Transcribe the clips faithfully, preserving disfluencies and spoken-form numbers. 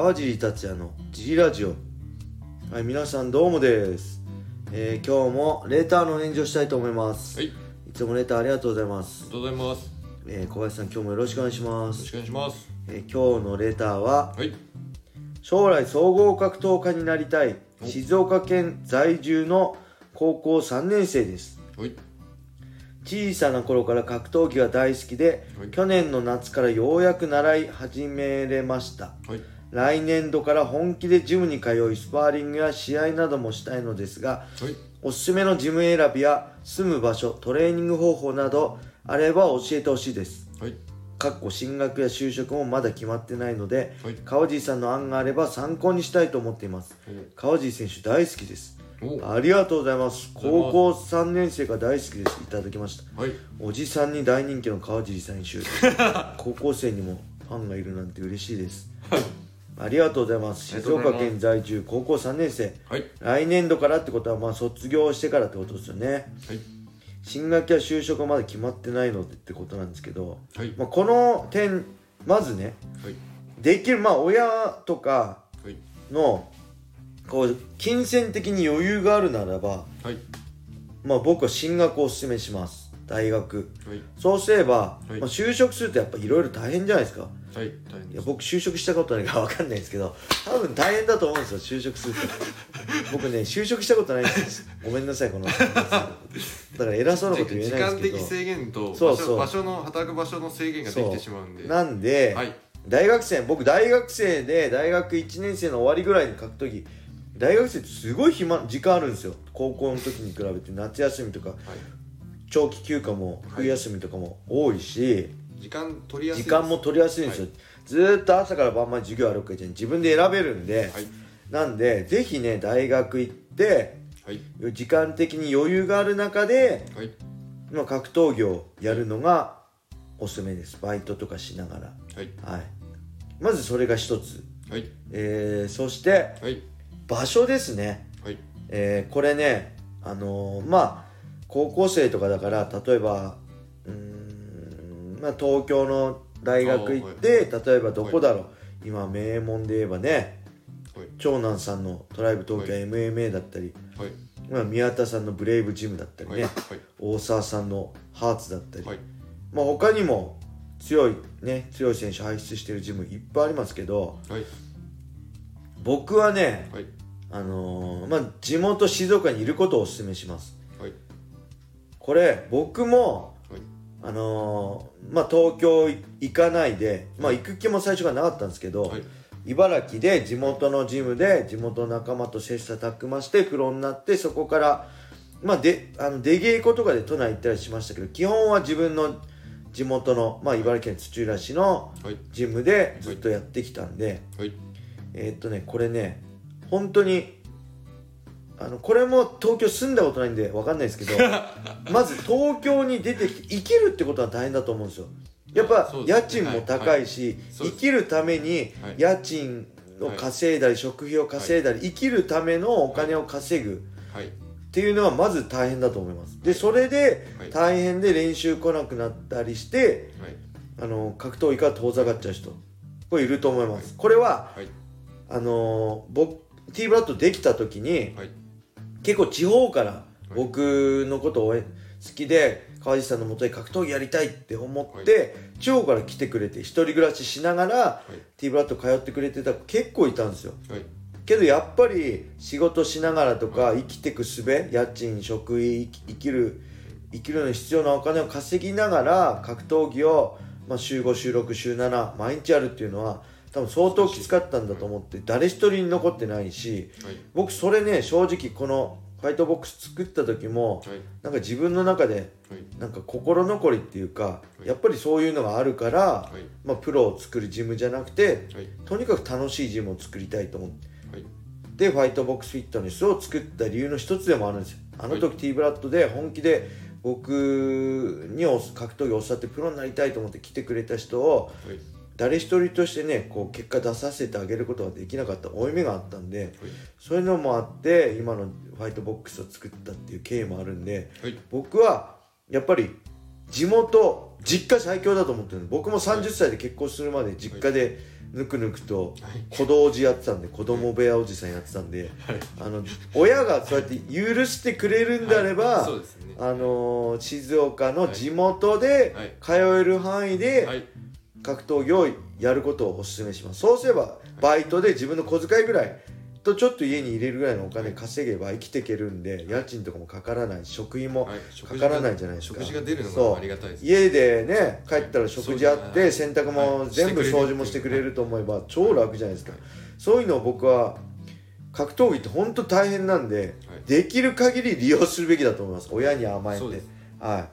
川尻達也のジリラジオ。はい、皆さんどうもです、えー、今日もレターの返事をしたいと思います。 はい、 いつもレターありがとうございます。 ありがとうございます。 えー、小林さん、今日もよろしくお願いします。 よろしくお願いします。 えー、今日のレターは、 はい、 将来総合格闘家になりたい静岡県在住の高校さんねん生です。 はい、 小さな頃から格闘技が大好きで、 はい、 去年の夏からようやく習い始めれました。 はい、 来年度から本気でジムに通いスパーリングや試合などもしたいのですが、 はい、 おすすめのジム選びや住む場所、トレーニング方法などあれば教えてほしいです。 はい、 かっこ進学や就職もまだ決まってないので、 はい、 川尻さんの案があれば参考にしたいと思っています。川尻選手大好きです。ありがとうございます。高校さんねん生が大好きです。いただきました。 はい、 おじさんに大人気の川尻選手高校生にもファンがいるなんて嬉しいです。 はい、 ありがとうございます。静岡県在住高校さんねん生、 はい、 来年度からってことはまあ卒業してからってことですよね。 はい、 進学や就職はまだ決まってないのでってことなんですけど、 はい、 まあ、この点まずね、 はい、 できるまあ親とかのこう金銭的に余裕があるならば、 はい、 まあ、僕は進学をお勧めします。大学、 はい、 そうすれば、 はい、 まあ、就職するとやっぱいろいろ大変じゃないですか。 はい、大変です。 いや僕就職したことないから分かんないですけど、多分大変だと思うんですよ、就職すると。僕ね就職したことないんですよ。ごめんなさいこのだから偉そうなこと言えないんですけど、 時間的制限と場所、 そうそう、 場所の働く場所の制限ができてしまうんで、 なんで、はい、大学生僕大学生で大学いちねん生の終わりぐらいに格闘技、大学生ってすごい暇時間あるんですよ。高校の時に比べて夏休みとか、はい、長期休暇も冬休みとかも多いし、はい、 時間取りやすい時間も取りやすいんですよ、はい、ずーっと朝から晩まで授業あるわけじゃん。自分で選べるんで、はい、なんでぜひね大学行って、はい、時間的に余裕がある中で、はい、まあ、格闘技をやるのがおすすめです。バイトとかしながら、はいはい、まずそれが一つ、はい、えー、そして、はい、場所ですね、はい、えー、これね、あのー、まあ高校生とかだから例えばうーん、まあ、東京の大学行って、はい、例えばどこだろう、はい、今名門で言えばね、はい、長男さんのトライブ東京 エムエムエー だったり、はい、まあ、宮田さんのブレイブジムだったりね、はいはい、大沢さんのハーツだったり、はい、まあ、他にも強いね強い選手輩出してるジムいっぱいありますけど、はい、僕はね、はい、あのー、まあ、地元静岡にいることをお勧めします、はい、これ僕も、はい、あのー、まあ、東京行かないで、まあ、行く気も最初からなかったんですけど、はい、茨城で地元のジムで地元の仲間と切磋琢磨してプロになって、そこからまあであの出稽古とかで都内行ったりしましたけど、基本は自分の地元の、まあ、茨城県土浦市のジムでずっとやってきたんで、はいはい、えー、っとねこれね本当にあのこれも東京住んだことないんで分かんないですけどまず東京に出てきて生きるってことは大変だと思うんですよ。やっぱ家賃も高いし、はいはい、生きるために家賃を稼いだり、はい、食費を稼いだり、はい、生きるためのお金を稼ぐ、はい、っていうのはまず大変だと思います。でそれで大変で練習来なくなったりして、はい、あの格闘技から遠ざかっちゃう人これいると思います。これは、はい、あの僕 T ブラッドできた時に、はい、結構地方から僕のことを好きで川地さんの元で格闘技やりたいって思って、はい、地方から来てくれて一人暮らししながら、はい、T ブラッド通ってくれてた子結構いたんですよ、はい、けどやっぱり仕事しながらとか、はい、生きてく術、家賃食費生きる生きるのに必要なお金を稼ぎながら格闘技を、まあ、週ご週ろく週なな毎日やるっていうのは多分相当きつかったんだと思って、誰一人残ってないし、はい、僕それね正直このファイトボックス作った時も、はい、なんか自分の中で、はい、なんか心残りっていうか、はい、やっぱりそういうのがあるから、はい、まあ、プロを作るジムじゃなくて、はい、とにかく楽しいジムを作りたいと思って、はい、でファイトボックスフィットネスを作った理由の一つでもあるんですよ。あの時、はい、T ブラッドで本気で僕に格闘技を教わってプロになりたいと思って来てくれた人を、はい、誰一人としてねこう結果出させてあげることができなかった負い目があったんで、はい、そういうのもあって今のファイトボックスを作ったっていう経緯もあるんで、はい、僕はやっぱり地元実家最強だと思ってる。僕もさんじゅっさいで結婚するまで実家でぬくぬくと小道寺やってたんで、子供部屋おじさんやってたんで、はい、あの親がそうやって許してくれるんであれば、はい、そうですね、あのー、静岡の地元で通える範囲で格闘技をやることをお勧めします。そうすればバイトで自分の小遣いぐらいとちょっと家に入れるぐらいのお金稼げば生きていけるんで、家賃とかもかからない、食費もかからないじゃないですか。 食事が出るのがありがたいですね。 家でね帰ったら食事あって洗濯も全部掃除もしてくれると思えば超楽じゃないですか。そういうのを僕は格闘技って本当大変なんで、できる限り利用するべきだと思います。親に甘えて。はい。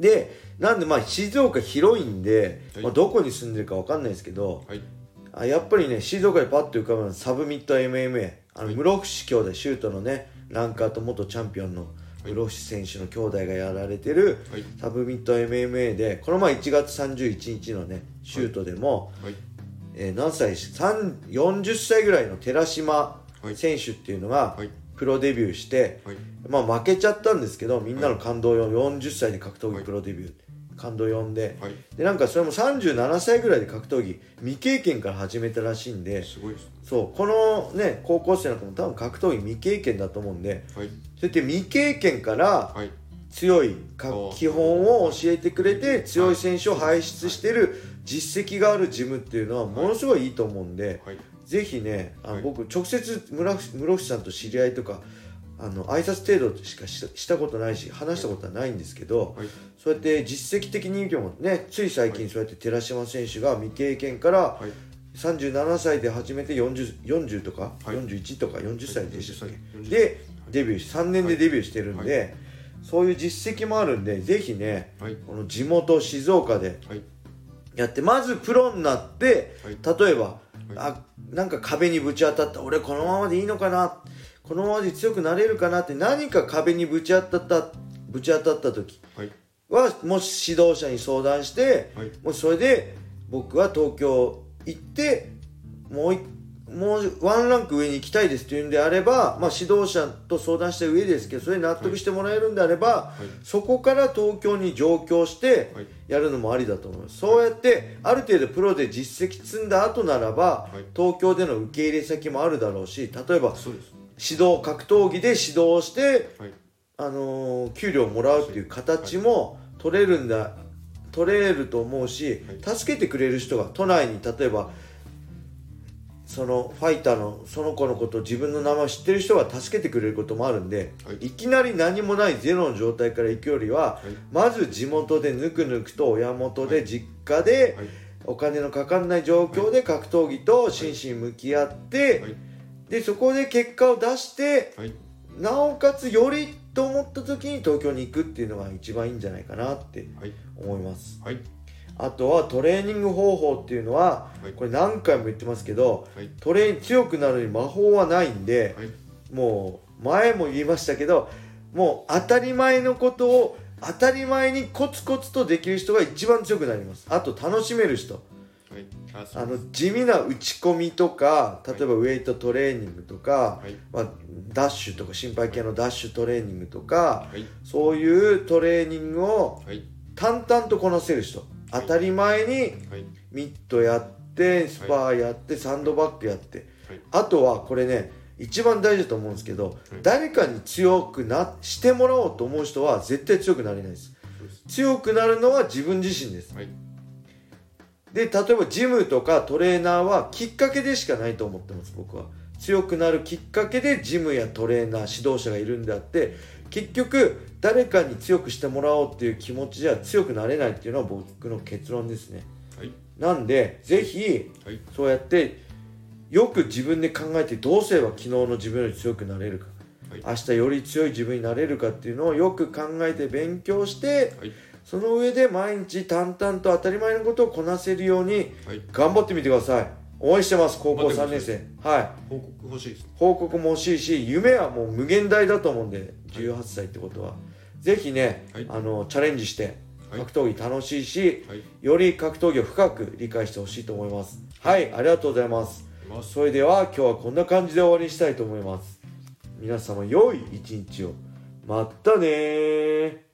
でなんでまあ静岡広いんで、まあ、どこに住んでるか分かんないですけど、あやっぱりね静岡でパッと浮かぶのはサブミット エムエムエー、 あの室伏兄弟、シュートのねランカーと元チャンピオンの室伏選手の兄弟がやられてるサブミット エムエムエー で、この前いちがつさんじゅういちにちのねシュートでも、えー、何歳よんじゅっさいぐらいの寺島選手っていうのがプロデビューして、まあ負けちゃったんですけど、みんなの感動をよんじゅっさいで格闘技プロデビュー感動呼んで、はい、でなんかそれもさんじゅうななさいぐらいで格闘技未経験から始めたらしいんで、 すごいですね。 そうこのね高校生なんかも多分格闘技未経験だと思うんで、はい、そうやって未経験から強い基本を教えてくれて強い選手を輩出してる実績があるジムっていうのはものすごいいいと思うんで、はい、ぜひねあの、はい、僕直接室伏さんと知り合いとかあの挨拶程度しか し, したことないし話したことはないんですけど、はい、そうやって実績的に見てもね、つい最近そうやって寺島選手が未経験からさんじゅうななさいで始めて 40, 40とか、はい、よんじゅういちとかよんじゅっさいでしたっけ、はい、でデビューしさんねんでデビューしてるんで、はい、そういう実績もあるんでぜひね、はい、この地元静岡でやってまずプロになって、はい、例えば、はい、あなんか壁にぶち当たった俺このままでいいのかな、このままで強くなれるかなって何か壁にぶち当たったぶち当たった時は、はい、もし指導者に相談して、はい、もしそれで僕は東京行ってもうもうワンランク上に行きたいですっていうんであれば、まあ、指導者と相談した上ですけどそれに納得してもらえるんであれば、はい、そこから東京に上京してやるのもありだと思います。はい、そうやってある程度プロで実績積んだ後ならば、はい、東京での受け入れ先もあるだろうし、例えば指導格闘技で指導して、はい、あのー、給料をもらうっていう形も取れるんだ取れると思うし、はい、助けてくれる人が都内に例えばそのファイターのその子のことを自分の名前を知ってる人が助けてくれることもあるんで、はい、いきなり何もないゼロの状態から行くよりは、はい、まず地元でぬくぬくと親元で実家で、はい、お金のかかんない状況で格闘技と真摯に向き合って、はい、でそこで結果を出して、はい、なおかつよりと思った時に東京に行くっていうのが一番いいんじゃないかなって思います。はいはい、あとはトレーニング方法っていうのは、はい、これ何回も言ってますけど、はい、トレーニング強くなるに魔法はないんで、はい、もう前も言いましたけどもう当たり前のことを当たり前にコツコツとできる人が一番強くなります。あと楽しめる人、はい、ああの地味な打ち込みとか例えばウェイトトレーニングとか、はいまあ、ダッシュとか心肺系のダッシュトレーニングとか、はい、そういうトレーニングを淡々とこなせる人、当たり前にミットやってスパーやってサンドバッグやって、あとはこれね一番大事だと思うんですけど、誰かに強くなしてもらおうと思う人は絶対強くなれないです。強くなるのは自分自身です。で例えばジムとかトレーナーはきっかけでしかないと思ってます。僕は強くなるきっかけでジムやトレーナー指導者がいるんであって、結局誰かに強くしてもらおうっていう気持ちじゃ強くなれないっていうのは僕の結論ですね。はい、なんでぜひ、はい、そうやってよく自分で考えてどうすれば昨日の自分より強くなれるか、はい、明日より強い自分になれるかっていうのをよく考えて勉強して、はい、その上で毎日淡々と当たり前のことをこなせるように頑張ってみてください。応援してます。高校さんねん生。はい。 報告欲しいです。 報告も欲しいし、夢はもう無限大だと思うんで、じゅうはっさいってことは、はい、ぜひね、はい、あのチャレンジして格闘技楽しいし、はい、より格闘技を深く理解してほしいと思います。はい、はい、ありがとうございます。それでは今日はこんな感じで終わりにしたいと思います。皆様良い一日を。またねー。